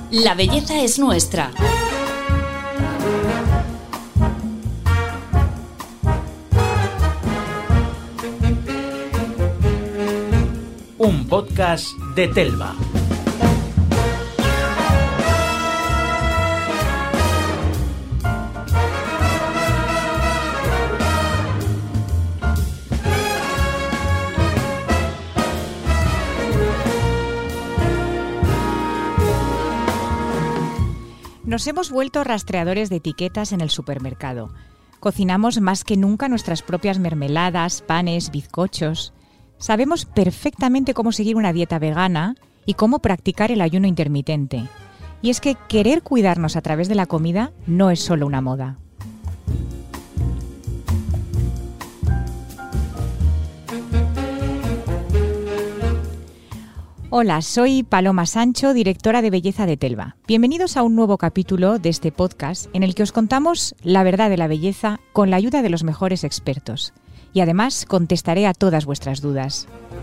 La belleza es nuestra. Un podcast de Telva. Nos hemos vuelto rastreadores de etiquetas en el supermercado. Cocinamos más que nunca nuestras propias mermeladas, panes, bizcochos. Sabemos perfectamente cómo seguir una dieta vegana y cómo practicar el ayuno intermitente. Y es que querer cuidarnos a través de la comida no es solo una moda. Hola, soy Paloma Sancho, directora de Belleza de Telva. Bienvenidos a un nuevo capítulo de este podcast en el que os contamos la verdad de la belleza con la ayuda de los mejores expertos. Y además contestaré a todas vuestras dudas.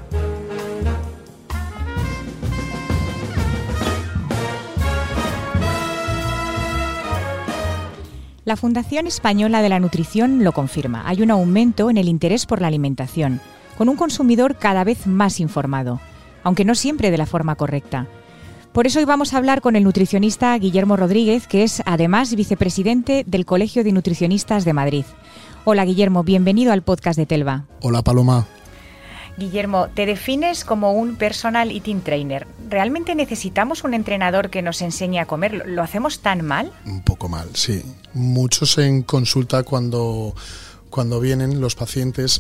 La Fundación Española de la Nutrición lo confirma. Hay un aumento en el interés por la alimentación, con un consumidor cada vez más informado, aunque no siempre de la forma correcta. Por eso hoy vamos a hablar con el nutricionista Guillermo Rodríguez, que es además vicepresidente del Colegio de Nutricionistas de Madrid. Hola Guillermo, bienvenido al podcast de Telva. Hola Paloma. Guillermo, te defines como un personal eating trainer. ¿Realmente necesitamos un entrenador que nos enseñe a comer? ¿Lo hacemos tan mal? Un poco mal, sí. Muchos en consulta cuando vienen los pacientes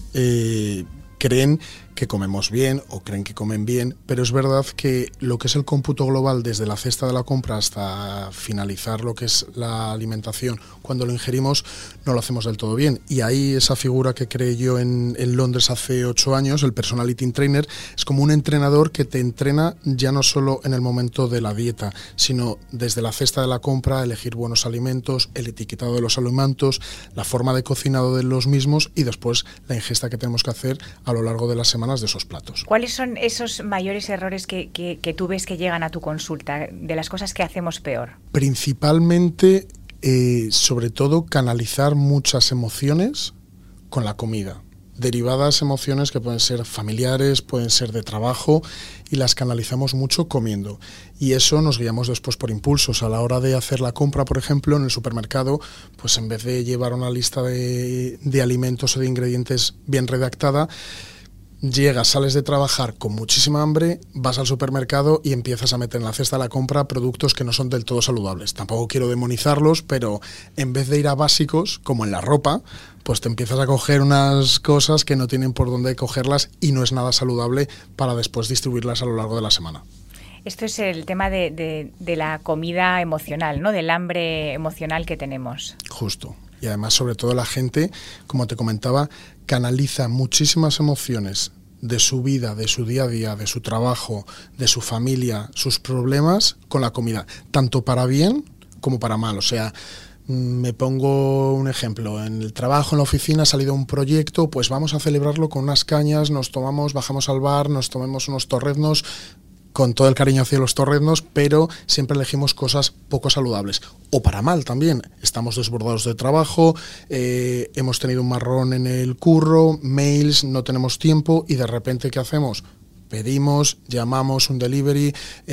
creen que comemos bien o creen que comen bien, pero es verdad que lo que es el cómputo global desde la cesta de la compra hasta finalizar lo que es la alimentación, cuando lo ingerimos no lo hacemos del todo bien. Y ahí esa figura que creé yo en Londres hace 8 años, el personal eating trainer, es como un entrenador que te entrena ya no solo en el momento de la dieta, sino desde la cesta de la compra, elegir buenos alimentos, el etiquetado de los alimentos, la forma de cocinado de los mismos y después la ingesta que tenemos que hacer a lo largo de la semana de esos platos. ¿Cuáles son esos mayores errores que tú ves que llegan a tu consulta, de las cosas que hacemos peor? Principalmente, sobre todo, canalizar muchas emociones con la comida. Derivadas emociones que pueden ser familiares, pueden ser de trabajo, y las canalizamos mucho comiendo. Y eso nos guiamos después por impulsos. A la hora de hacer la compra, por ejemplo, en el supermercado, pues en vez de llevar una lista de alimentos o de ingredientes bien redactada, llegas, sales de trabajar con muchísima hambre, vas al supermercado y empiezas a meter en la cesta de la compra productos que no son del todo saludables. Tampoco quiero demonizarlos, pero en vez de ir a básicos, como en la ropa, pues te empiezas a coger unas cosas que no tienen por dónde cogerlas y no es nada saludable para después distribuirlas a lo largo de la semana. Esto es el tema de la comida emocional, ¿no? Del hambre emocional que tenemos. Justo. Y además, sobre todo, la gente, como te comentaba, canaliza muchísimas emociones de su vida, de su día a día, de su trabajo, de su familia, sus problemas con la comida, tanto para bien como para mal. O sea, me pongo un ejemplo, en el trabajo, en la oficina, ha salido un proyecto, pues vamos a celebrarlo con unas cañas, bajamos al bar, nos tomamos unos torreznos, con todo el cariño hacia los torreznos, pero siempre elegimos cosas poco saludables. O para mal también. Estamos desbordados de trabajo, hemos tenido un marrón en el curro, mails, no tenemos tiempo y de repente, ¿qué hacemos? Pedimos, llamamos un delivery,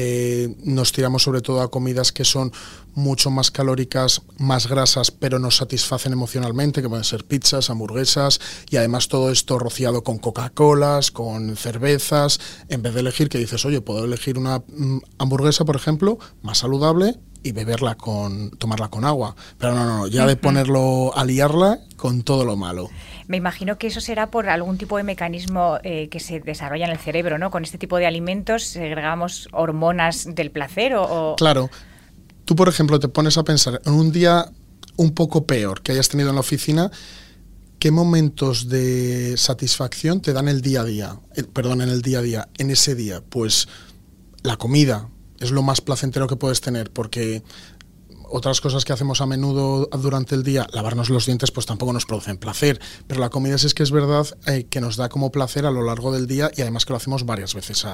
nos tiramos sobre todo a comidas que son mucho más calóricas, más grasas, pero nos satisfacen emocionalmente, que pueden ser pizzas, hamburguesas, y además todo esto rociado con Coca-Colas, con cervezas, en vez de elegir, que dices, oye, puedo elegir una hamburguesa, por ejemplo, más saludable y tomarla con agua. Pero no, ya de ponerlo a liarla con todo lo malo. Me imagino que eso será por algún tipo de mecanismo que se desarrolla en el cerebro, ¿no? Con este tipo de alimentos segregamos hormonas del placer o... Claro. Tú, por ejemplo, te pones a pensar en un día un poco peor que hayas tenido en la oficina, ¿qué momentos de satisfacción te dan en el día a día, en ese día? Pues la comida es lo más placentero que puedes tener, porque otras cosas que hacemos a menudo durante el día, lavarnos los dientes, pues tampoco nos producen placer, pero la comida sí es que es verdad que nos da como placer a lo largo del día y además que lo hacemos varias veces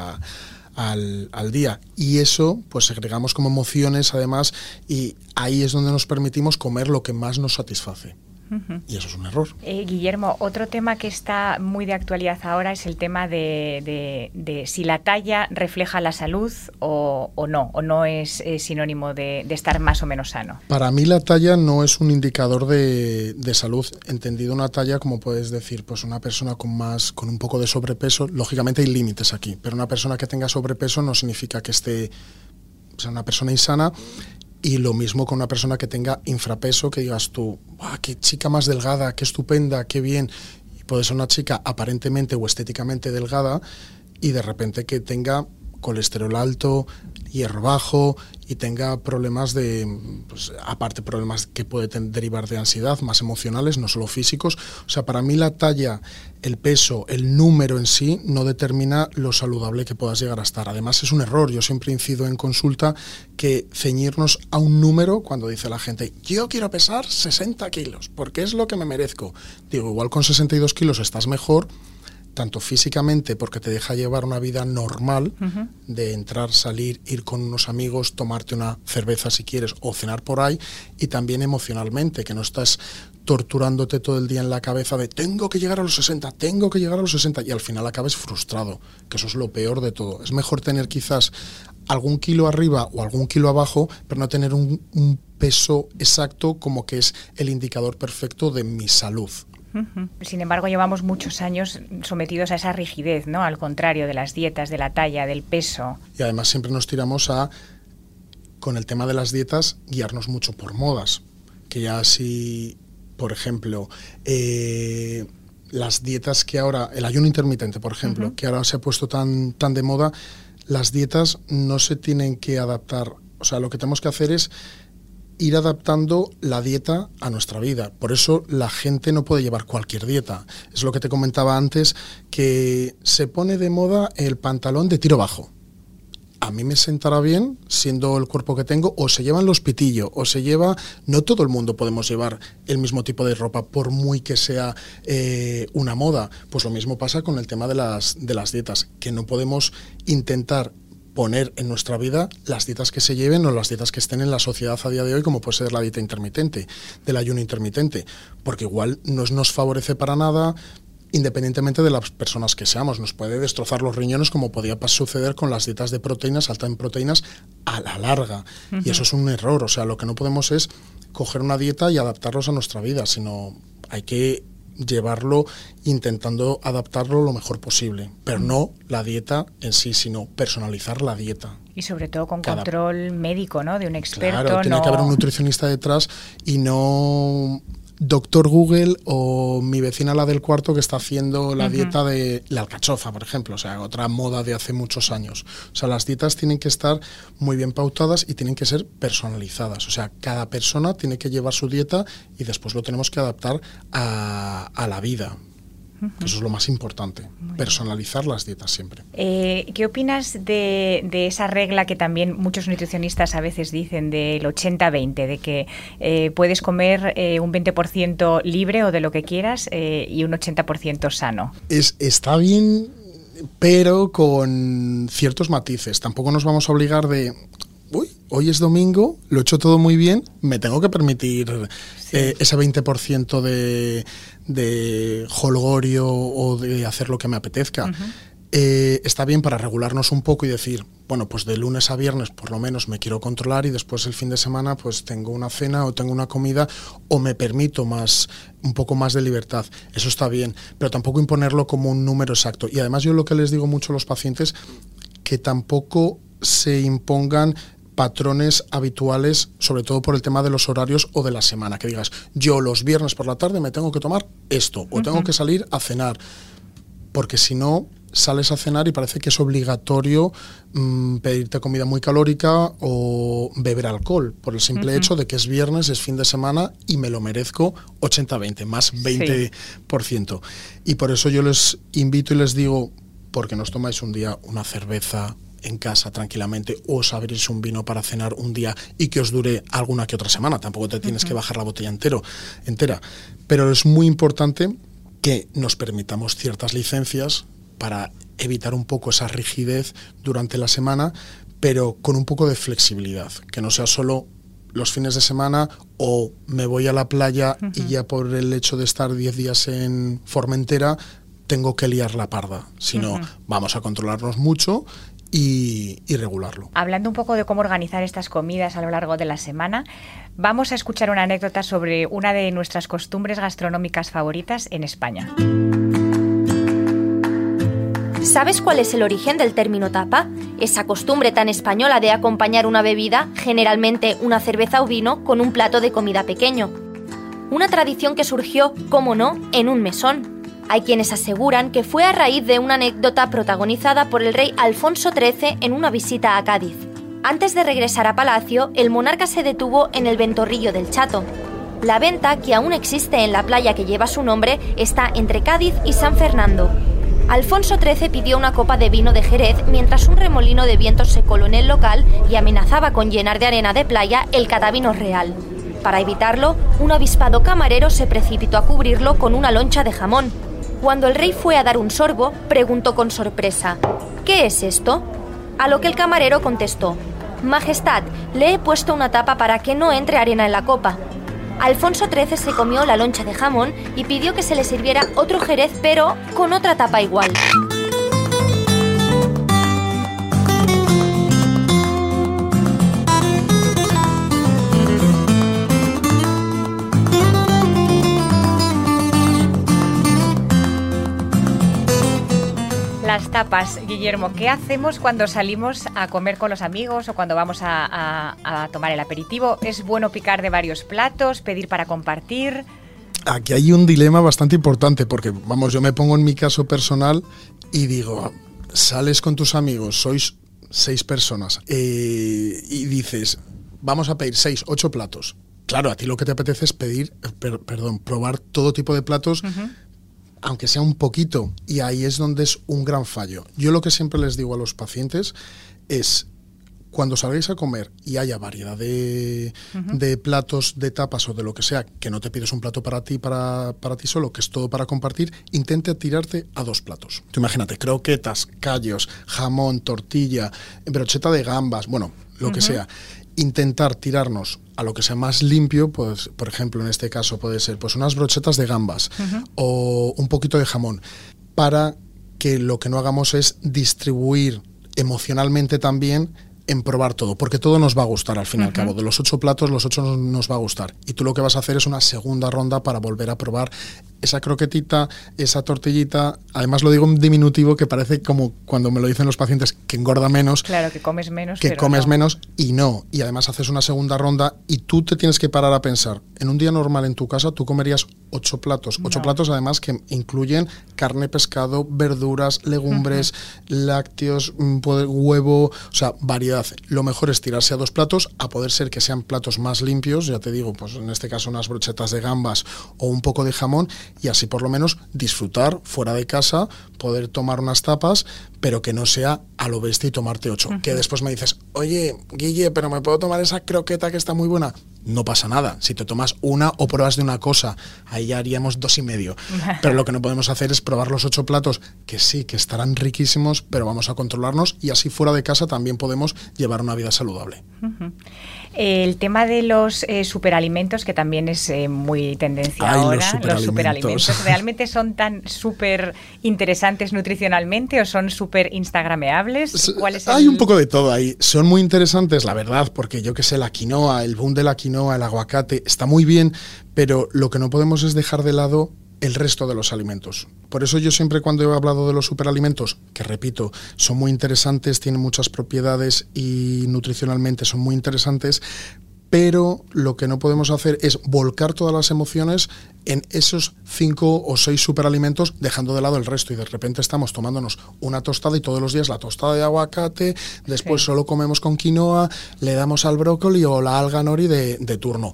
al día, y eso pues segregamos como emociones además, y ahí es donde nos permitimos comer lo que más nos satisface. Y eso es un error. Guillermo, otro tema que está muy de actualidad ahora es el tema de si la talla refleja la salud o no es sinónimo de estar más o menos sano. Para mí la talla no es un indicador de salud. Entendido una talla, como puedes decir, pues una persona con un poco de sobrepeso, lógicamente hay límites aquí, pero una persona que tenga sobrepeso no significa que esté, o sea, una persona insana. Y lo mismo con una persona que tenga infrapeso, que digas tú, qué chica más delgada, qué estupenda, qué bien. Y puede ser una chica aparentemente o estéticamente delgada y de repente que tenga colesterol alto, hierro bajo y tenga problemas aparte problemas que pueden derivar de ansiedad, más emocionales, no solo físicos. O sea, para mí la talla, el peso, el número en sí no determina lo saludable que puedas llegar a estar. Además es un error, yo siempre incido en consulta que ceñirnos a un número cuando dice la gente, yo quiero pesar 60 kilos, porque es lo que me merezco. Digo, igual con 62 kilos estás mejor, tanto físicamente porque te deja llevar una vida normal, de entrar, salir, ir con unos amigos, tomarte una cerveza si quieres o cenar por ahí, y también emocionalmente, que no estás torturándote todo el día en la cabeza de tengo que llegar a los 60, tengo que llegar a los 60 y al final acabes frustrado, que eso es lo peor de todo. Es mejor tener quizás algún kilo arriba o algún kilo abajo, pero no tener un peso exacto como que es el indicador perfecto de mi salud. Sin embargo, llevamos muchos años sometidos a esa rigidez, ¿no? Al contrario de las dietas, de la talla, del peso. Y además siempre nos tiramos con el tema de las dietas, guiarnos mucho por modas. Que ya si, por ejemplo, las dietas que ahora, el ayuno intermitente, por ejemplo, que ahora se ha puesto tan de moda, las dietas no se tienen que adaptar. O sea, lo que tenemos que hacer es ir adaptando la dieta a nuestra vida. Por eso la gente no puede llevar cualquier dieta. Es lo que te comentaba antes, que se pone de moda el pantalón de tiro bajo. A mí me sentará bien, siendo el cuerpo que tengo, o se llevan los pitillos, o se lleva... No todo el mundo podemos llevar el mismo tipo de ropa, por muy que sea una moda. Pues lo mismo pasa con el tema de las dietas, que no podemos intentar poner en nuestra vida las dietas que se lleven o las dietas que estén en la sociedad a día de hoy, como puede ser la dieta intermitente, del ayuno intermitente, porque igual no nos favorece para nada, independientemente de las personas que seamos. Nos puede destrozar los riñones, como podía suceder con las dietas de proteínas, alta en proteínas, a la larga. Y eso es un error. O sea, lo que no podemos es coger una dieta y adaptarlos a nuestra vida, sino hay que llevarlo intentando adaptarlo lo mejor posible, pero no la dieta en sí, sino personalizar la dieta. Y sobre todo con control médico, ¿no? De un experto. Claro, tiene que haber un nutricionista detrás y no Doctor Google o mi vecina la del cuarto que está haciendo la dieta de la alcachofa, por ejemplo, o sea, otra moda de hace muchos años. O sea, las dietas tienen que estar muy bien pautadas y tienen que ser personalizadas. O sea, cada persona tiene que llevar su dieta y después lo tenemos que adaptar a la vida. Eso es lo más importante, personalizar las dietas siempre. ¿Qué opinas de esa regla que también muchos nutricionistas a veces dicen del 80-20, de que puedes comer un 20% libre o de lo que quieras y un 80% sano? Está bien, pero con ciertos matices. Tampoco nos vamos a obligar de... Hoy es domingo, lo he hecho todo muy bien, me tengo que permitir ese 20% de jolgorio o de hacer lo que me apetezca. Está bien para regularnos un poco y decir, bueno, pues de lunes a viernes por lo menos me quiero controlar y después el fin de semana pues tengo una cena o tengo una comida o me permito un poco más de libertad. Eso está bien, pero tampoco imponerlo como un número exacto. Y además yo lo que les digo mucho a los pacientes, que tampoco se impongan patrones habituales, sobre todo por el tema de los horarios o de la semana, que digas, yo los viernes por la tarde me tengo que tomar esto, o tengo que salir a cenar, porque si no, sales a cenar y parece que es obligatorio pedirte comida muy calórica o beber alcohol, por el simple hecho de que es viernes, es fin de semana y me lo merezco 80-20, más 20%. Sí. Y por eso yo les invito y les digo, ¿por qué no os tomáis un día una cerveza en casa tranquilamente, o os abrís un vino para cenar un día y que os dure alguna que otra semana. Tampoco te tienes que bajar la botella entera. Pero es muy importante que nos permitamos ciertas licencias para evitar un poco esa rigidez durante la semana, pero con un poco de flexibilidad, que no sea solo los fines de semana o me voy a la playa y ya por el hecho de estar 10 días en Formentera tengo que liar la parda, sino vamos a controlarnos mucho y regularlo. Hablando un poco de cómo organizar estas comidas a lo largo de la semana, vamos a escuchar una anécdota sobre una de nuestras costumbres gastronómicas favoritas en España. ¿Sabes cuál es el origen del término tapa? Esa costumbre tan española de acompañar una bebida, generalmente una cerveza o vino, con un plato de comida pequeño. Una tradición que surgió, cómo no, en un mesón. Hay quienes aseguran que fue a raíz de una anécdota protagonizada por el rey Alfonso XIII en una visita a Cádiz. Antes de regresar a palacio, el monarca se detuvo en el Ventorrillo del Chato. La venta, que aún existe en la playa que lleva su nombre, está entre Cádiz y San Fernando. Alfonso XIII pidió una copa de vino de Jerez mientras un remolino de viento se coló en el local y amenazaba con llenar de arena de playa el Catavino Real. Para evitarlo, un avispado camarero se precipitó a cubrirlo con una loncha de jamón. Cuando el rey fue a dar un sorbo, preguntó con sorpresa: ¿qué es esto? A lo que el camarero contestó: Majestad, le he puesto una tapa para que no entre arena en la copa. Alfonso XIII se comió la loncha de jamón y pidió que se le sirviera otro Jerez, pero con otra tapa igual. Las tapas, Guillermo, ¿qué hacemos cuando salimos a comer con los amigos o cuando vamos a tomar el aperitivo? ¿Es bueno picar de varios platos, pedir para compartir? Aquí hay un dilema bastante importante porque, vamos, yo me pongo en mi caso personal y digo, sales con tus amigos, sois 6 personas y dices, vamos a pedir 6, 8 platos. Claro, a ti lo que te apetece es probar todo tipo de platos, aunque sea un poquito, y ahí es donde es un gran fallo. Yo lo que siempre les digo a los pacientes es, cuando salgáis a comer y haya variedad de platos, de tapas o de lo que sea, que no te pides un plato para ti solo, que es todo para compartir, intente tirarte a 2 platos. Tú imagínate, croquetas, callos, jamón, tortilla, brocheta de gambas, bueno, lo que sea. Intentar tirarnos a lo que sea más limpio, pues, por ejemplo, en este caso puede ser pues unas brochetas de gambas o un poquito de jamón, para que lo que no hagamos es distribuir emocionalmente también en probar todo, porque todo nos va a gustar al fin y al cabo. De los 8 platos, los 8 nos va a gustar. Y tú lo que vas a hacer es una segunda ronda para volver a probar esa croquetita, esa tortillita. Además lo digo en diminutivo, que parece como cuando me lo dicen los pacientes, que engorda menos. Claro, que comes menos. Que comes menos y no. Y además haces una segunda ronda y tú te tienes que parar a pensar. En un día normal en tu casa tú comerías 8 platos. 8 platos además que incluyen carne, pescado, verduras, legumbres, lácteos, huevo, o sea, variedad. Lo mejor es tirarse a 2 platos, a poder ser que sean platos más limpios, ya te digo, pues en este caso unas brochetas de gambas o un poco de jamón, y así por lo menos disfrutar fuera de casa, poder tomar unas tapas, pero que no sea a lo bestia y tomarte 8. Que después me dices, oye, Guille, pero ¿me puedo tomar esa croqueta que está muy buena? No pasa nada, si te tomas una o pruebas de una cosa, ahí ya haríamos 2,5. Pero lo que no podemos hacer es probar los 8 platos, que sí, que estarán riquísimos, pero vamos a controlarnos, y así fuera de casa también podemos llevar una vida saludable. El tema de los superalimentos, que también es muy tendencia ahora. Los superalimentos ¿realmente son tan súper interesantes nutricionalmente o son súper instagrameables? Hay un poco de todo ahí. Son muy interesantes, la verdad, porque yo que sé, la quinoa, el boom de la quinoa, el aguacate, está muy bien, pero lo que no podemos es dejar de lado el resto de los alimentos. Por eso yo siempre, cuando he hablado de los superalimentos, que repito, son muy interesantes, tienen muchas propiedades y nutricionalmente son muy interesantes, pero lo que no podemos hacer es volcar todas las emociones en esos 5 o 6 superalimentos, dejando de lado el resto, y de repente estamos tomándonos una tostada y todos los días la tostada de aguacate, después solo comemos con quinoa, le damos al brócoli o la alga nori de turno.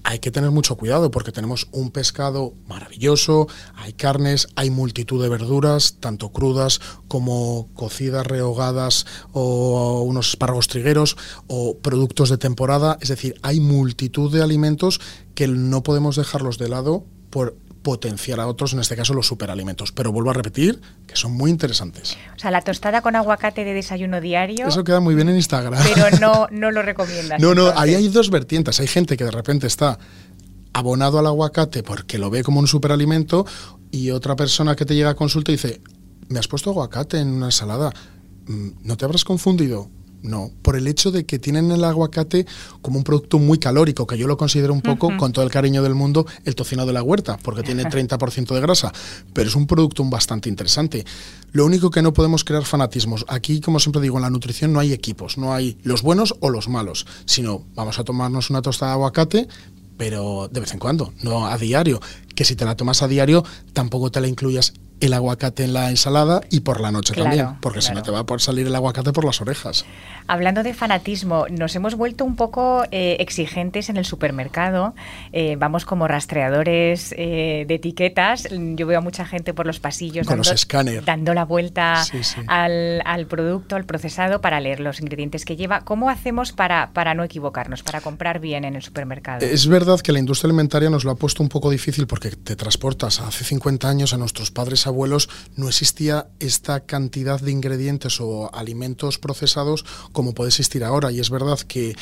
hay que tener mucho cuidado porque tenemos un pescado maravilloso, hay carnes, hay multitud de verduras, tanto crudas como cocidas, rehogadas o unos espárragos trigueros o productos de temporada. Es decir, hay multitud de alimentos que no podemos dejarlos de lado por potenciar a otros, en este caso los superalimentos. Pero vuelvo a repetir que son muy interesantes. O sea, la tostada con aguacate de desayuno diario... Eso queda muy bien en Instagram. Pero no lo recomiendas. No, ahí hay dos vertientes. Hay gente que de repente está abonado al aguacate porque lo ve como un superalimento y otra persona que te llega a consulta y dice, ¿me has puesto aguacate en una ensalada? ¿No te habrás confundido? No, por el hecho de que tienen el aguacate como un producto muy calórico, que yo lo considero un poco, con todo el cariño del mundo, el tocino de la huerta, porque tiene 30% de grasa, pero es un producto bastante interesante. Lo único que no podemos crear fanatismos. Aquí, como siempre digo, en la nutrición no hay equipos, no hay los buenos o los malos, sino vamos a tomarnos una tostada de aguacate, pero de vez en cuando, no a diario, que si te la tomas a diario, tampoco te la incluyas el aguacate en la ensalada y por la noche también, porque si no te va a salir el aguacate por las orejas. Hablando de fanatismo, nos hemos vuelto un poco exigentes en el supermercado, vamos como rastreadores de etiquetas. Yo veo a mucha gente por los pasillos con los escáneres dando la vuelta al producto, al procesado, para leer los ingredientes que lleva. ¿Cómo hacemos para no equivocarnos, para comprar bien en el supermercado? Es verdad que la industria alimentaria nos lo ha puesto un poco difícil porque te transportas hace 50 años a nuestros padres abuelos, no existía esta cantidad de ingredientes o alimentos procesados como puede existir ahora, y es verdad que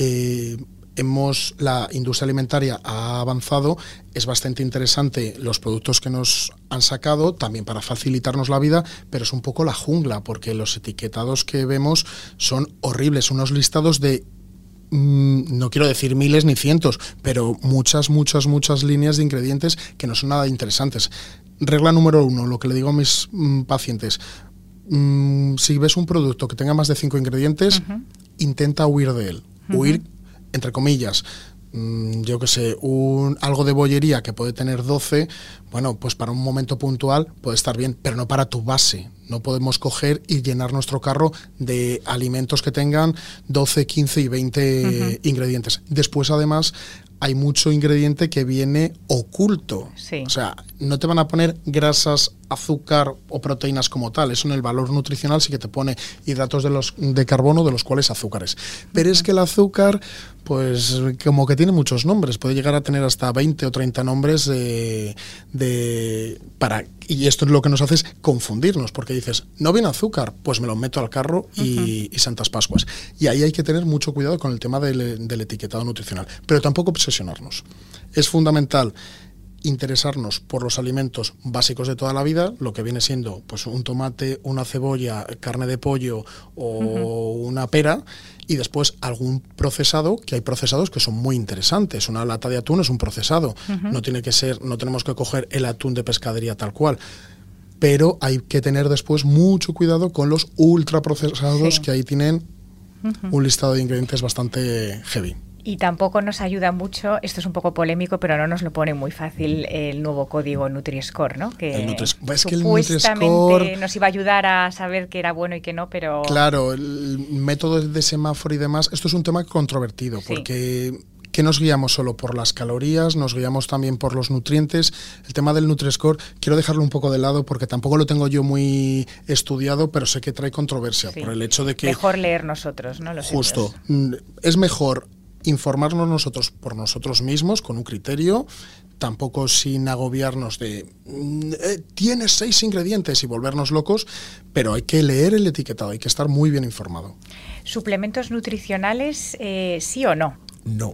la industria alimentaria ha avanzado, es bastante interesante los productos que nos han sacado, también para facilitarnos la vida, pero es un poco la jungla, porque los etiquetados que vemos son horribles, unos listados de no quiero decir miles ni cientos, pero muchas líneas de ingredientes que no son nada interesantes. Regla número 1, lo que le digo a mis pacientes, si ves un producto que tenga más de 5 ingredientes, intenta huir de él. Huir, entre comillas, yo que sé, algo de bollería que puede tener 12, bueno, pues para un momento puntual puede estar bien, pero no para tu base. No podemos coger y llenar nuestro carro de alimentos que tengan 12, 15 y 20 ingredientes. Después, además, hay mucho ingrediente que viene oculto. Sí. O sea, no te van a poner grasas, azúcar o proteínas como tal. Eso en el valor nutricional sí que te pone hidratos de carbono, de los cuales azúcares. Pero es que el azúcar, pues como que tiene muchos nombres. Puede llegar a tener hasta 20 o 30 nombres y esto es lo que nos hace es confundirnos, porque dices, no viene azúcar, pues me lo meto al carro y Santas Pascuas. Y ahí hay que tener mucho cuidado con el tema del etiquetado nutricional, pero tampoco obsesionarnos. Es fundamental interesarnos por los alimentos básicos de toda la vida, lo que viene siendo pues un tomate, una cebolla, carne de pollo o una pera, y después algún procesado, que hay procesados que son muy interesantes. Una lata de atún es un procesado, no tenemos que coger el atún de pescadería tal cual, pero hay que tener después mucho cuidado con los ultraprocesados, que ahí tienen un listado de ingredientes bastante heavy. Y tampoco nos ayuda mucho, esto es un poco polémico, pero no nos lo pone muy fácil el nuevo código Nutri-Score, ¿no? Que supuestamente nos iba a ayudar a saber qué era bueno y qué no, pero... Claro, el método de semáforo y demás, esto es un tema controvertido, porque... que nos guiamos solo por las calorías, nos guiamos también por los nutrientes. El tema del Nutri-Score quiero dejarlo un poco de lado porque tampoco lo tengo yo muy estudiado, pero sé que trae controversia por el hecho de que... Mejor leer nosotros, ¿no? Justo. Es mejor informarnos nosotros por nosotros mismos con un criterio, tampoco sin agobiarnos de tienes 6 ingredientes y volvernos locos, pero hay que leer el etiquetado, hay que estar muy bien informado. ¿Suplementos nutricionales sí o no? No.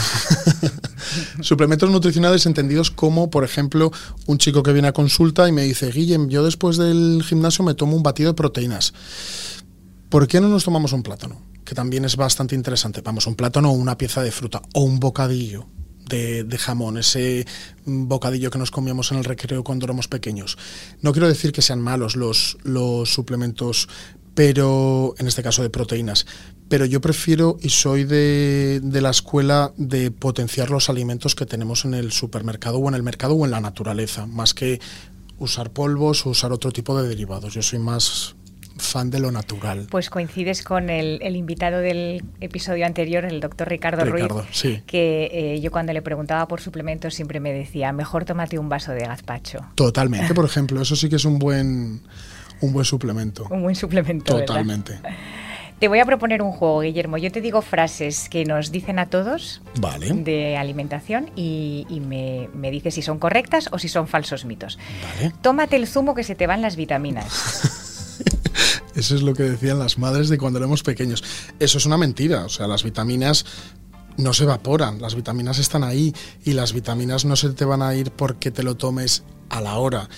Suplementos nutricionales entendidos como, por ejemplo, un chico que viene a consulta y me dice, Guillem, yo después del gimnasio me tomo un batido de proteínas. ¿Por qué no nos tomamos un plátano? Que también es bastante interesante. Vamos, un plátano o una pieza de fruta o un bocadillo de jamón, ese bocadillo que nos comíamos en el recreo cuando éramos pequeños. No quiero decir que sean malos los suplementos, pero en este caso de proteínas, pero yo prefiero y soy de la escuela de potenciar los alimentos que tenemos en el supermercado o en el mercado o en la naturaleza, más que usar polvos o usar otro tipo de derivados. Yo soy más fan de lo natural. Pues coincides con el invitado del episodio anterior, el doctor Ricardo Ruiz, sí. que yo cuando le preguntaba por suplementos siempre me decía, mejor tómate un vaso de gazpacho. Totalmente, por ejemplo, eso sí que es un buen suplemento. Un buen suplemento, totalmente. ¿verdad? Te voy a proponer un juego, Guillermo. Yo te digo frases que nos dicen a todos de alimentación y me dices si son correctas o si son falsos mitos. Vale. Tómate el zumo que se te van las vitaminas. Eso es lo que decían las madres de cuando éramos pequeños. Eso es una mentira. O sea, las vitaminas no se evaporan. Las vitaminas están ahí y las vitaminas no se te van a ir porque te lo tomes a la hora.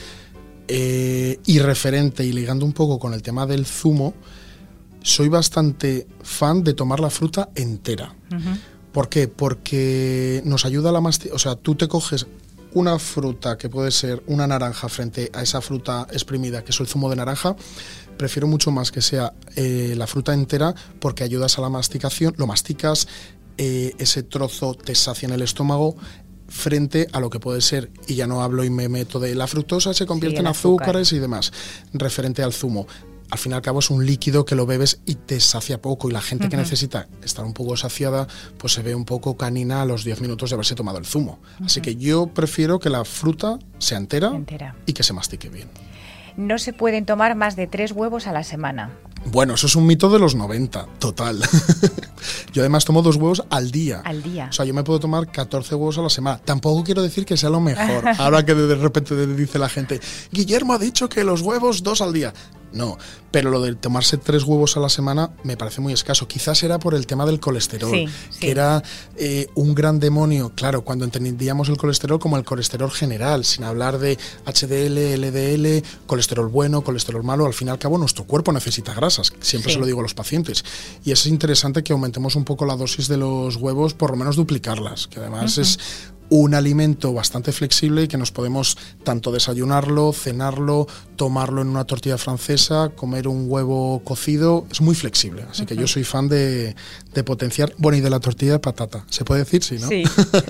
Y referente y ligando un poco con el tema del zumo, soy bastante fan de tomar la fruta entera. Uh-huh. ¿Por qué? Porque nos ayuda a la masticación. O sea, tú te coges una fruta que puede ser una naranja frente a esa fruta exprimida, que es el zumo de naranja. Prefiero mucho más que sea la fruta entera porque ayudas a la masticación, lo masticas, ese trozo te sacia en el estómago, frente a lo que puede ser, y ya no hablo y me meto de la fructosa se convierte en azúcares y demás, referente al zumo. Al fin y al cabo es un líquido que lo bebes y te sacia poco, y la gente que necesita estar un poco saciada pues se ve un poco canina a los 10 minutos de haberse tomado el zumo. Así que yo prefiero que la fruta sea entera y que se mastique bien. No se pueden tomar más de 3 huevos a la semana. Bueno, eso es un mito de los 90, total. Yo además tomo 2 huevos al día. Al día. O sea, yo me puedo tomar 14 huevos a la semana. Tampoco quiero decir que sea lo mejor. Ahora que de repente dice la gente, Guillermo ha dicho que los huevos 2 al día. No, pero lo de tomarse 3 huevos a la semana me parece muy escaso. Quizás era por el tema del colesterol, que era un gran demonio. Claro, cuando entendíamos el colesterol como el colesterol general, sin hablar de HDL, LDL, colesterol bueno, colesterol malo. Al fin y al cabo, nuestro cuerpo necesita grasas. Siempre se lo digo a los pacientes. Y es interesante que aumentemos un poco la dosis de los huevos, por lo menos duplicarlas, que además es un alimento bastante flexible y que nos podemos tanto desayunarlo, cenarlo, tomarlo en una tortilla francesa, comer un huevo cocido, es muy flexible. Así que yo soy fan de potenciar, bueno, y de la tortilla de patata. ¿Se puede decir? Sí, ¿no? Sí.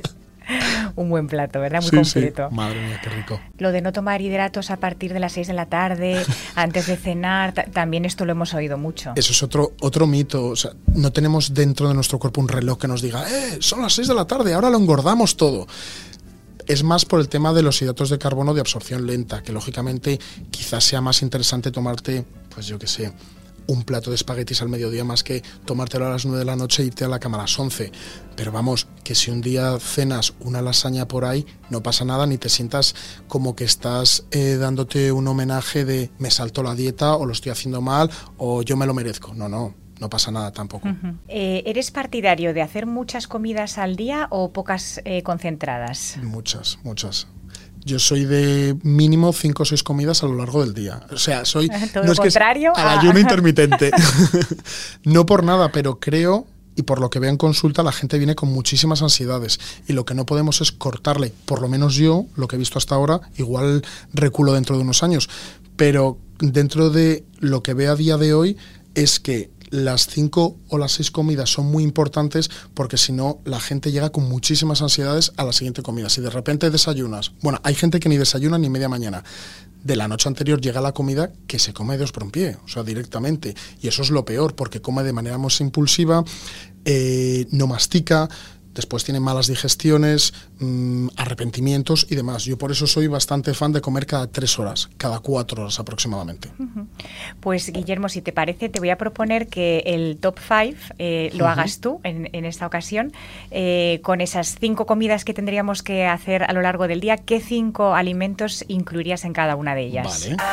Un buen plato, ¿verdad? Muy completo. Sí. Madre mía, qué rico. Lo de no tomar hidratos a partir de las 6 de la tarde, antes de cenar, también esto lo hemos oído mucho. Eso es otro mito. O sea, no tenemos dentro de nuestro cuerpo un reloj que nos diga, son las 6 de la tarde, ahora lo engordamos todo. Es más por el tema de los hidratos de carbono de absorción lenta, que lógicamente quizás sea más interesante tomarte, pues yo qué sé, un plato de espaguetis al mediodía más que tomártelo a las 9 de la noche e irte a la cama a las 11. Pero vamos, que si un día cenas una lasaña por ahí, no pasa nada, ni te sientas como que estás dándote un homenaje de me salto la dieta o lo estoy haciendo mal o yo me lo merezco. No pasa nada tampoco. ¿Eres partidario de hacer muchas comidas al día o pocas concentradas? Muchas. Yo soy de mínimo 5 o 6 comidas a lo largo del día. O sea, soy... Todo lo contrario al ayuno intermitente. No por nada, pero creo, y por lo que veo en consulta, la gente viene con muchísimas ansiedades. Y lo que no podemos es cortarle. Por lo menos yo, lo que he visto hasta ahora, igual reculo dentro de unos años. Pero dentro de lo que veo a día de hoy es que las 5 o las 6 comidas son muy importantes porque si no la gente llega con muchísimas ansiedades a la siguiente comida. Si de repente desayunas, bueno, hay gente que ni desayuna ni media mañana, de la noche anterior llega la comida que se come de dos por un pie, o sea, directamente, y eso es lo peor porque come de manera más impulsiva, no mastica, después tiene malas digestiones, arrepentimientos y demás. Yo por eso soy bastante fan de comer cada 3 horas, cada 4 horas aproximadamente. Pues Guillermo, si te parece, te voy a proponer que el top 5 lo hagas tú en esta ocasión, con esas 5 comidas que tendríamos que hacer a lo largo del día. ¿Qué 5 alimentos incluirías en cada una de ellas? Vale.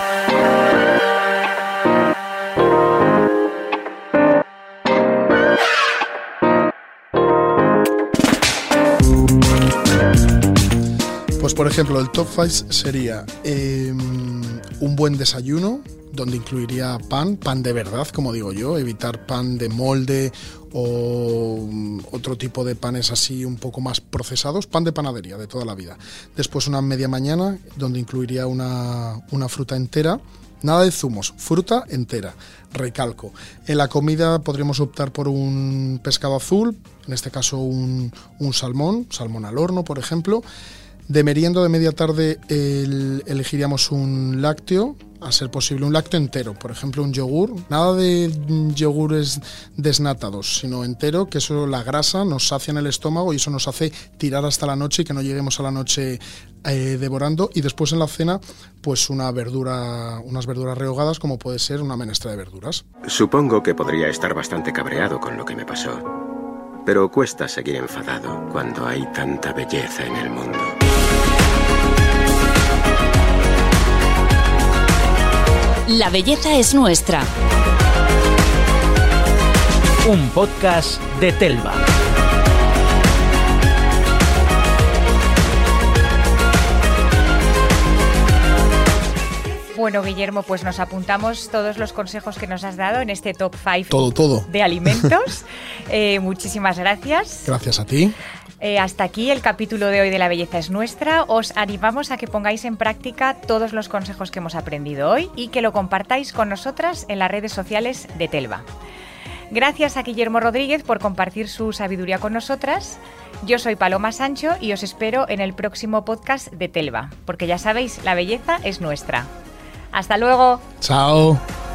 Pues por ejemplo, el top 5 sería un buen desayuno, donde incluiría pan de verdad, como digo yo, evitar pan de molde o otro tipo de panes así un poco más procesados, pan de panadería de toda la vida. Después una media mañana, donde incluiría una fruta entera. Nada de zumos, fruta entera, recalco. En la comida podríamos optar por un pescado azul, en este caso un salmón al horno, por ejemplo. De merienda de media tarde elegiríamos un lácteo, a ser posible un lácteo entero, por ejemplo un yogur, nada de yogures desnatados, sino entero, que eso, la grasa nos sacia en el estómago y eso nos hace tirar hasta la noche y que no lleguemos a la noche devorando. Y después en la cena, pues unas verduras rehogadas, como puede ser una menestra de verduras. Supongo que podría estar bastante cabreado con lo que me pasó, pero cuesta seguir enfadado cuando hay tanta belleza en el mundo. La belleza es nuestra. Un podcast de Telva. Bueno, Guillermo, pues nos apuntamos todos los consejos que nos has dado en este top 5 todo de alimentos. Muchísimas gracias. Gracias a ti. Hasta aquí el capítulo de hoy de La belleza es nuestra. Os animamos a que pongáis en práctica todos los consejos que hemos aprendido hoy y que lo compartáis con nosotras en las redes sociales de Telva. Gracias a Guillermo Rodríguez por compartir su sabiduría con nosotras. Yo soy Paloma Sancho y os espero en el próximo podcast de Telva, porque ya sabéis, la belleza es nuestra. ¡Hasta luego! ¡Chao!